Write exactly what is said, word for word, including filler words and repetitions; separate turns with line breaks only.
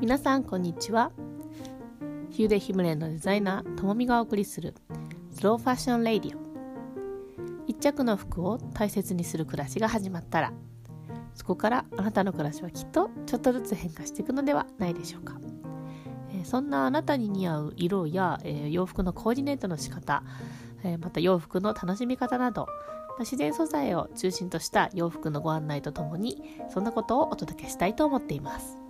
皆さんこんにちは。ヒューデヒムレンのデザイナーともみがお送りするスローファッションレイディオ。一着の服を大切にする暮らしが始まったら、そこからあなたの暮らしはきっとちょっとずつ変化していくのではないでしょうか。えー、そんなあなたに似合う色や、えー、洋服のコーディネートの仕方、えー、また洋服の楽しみ方など、自然素材を中心とした洋服のご案内とともに、そんなことをお届けしたいと思っています。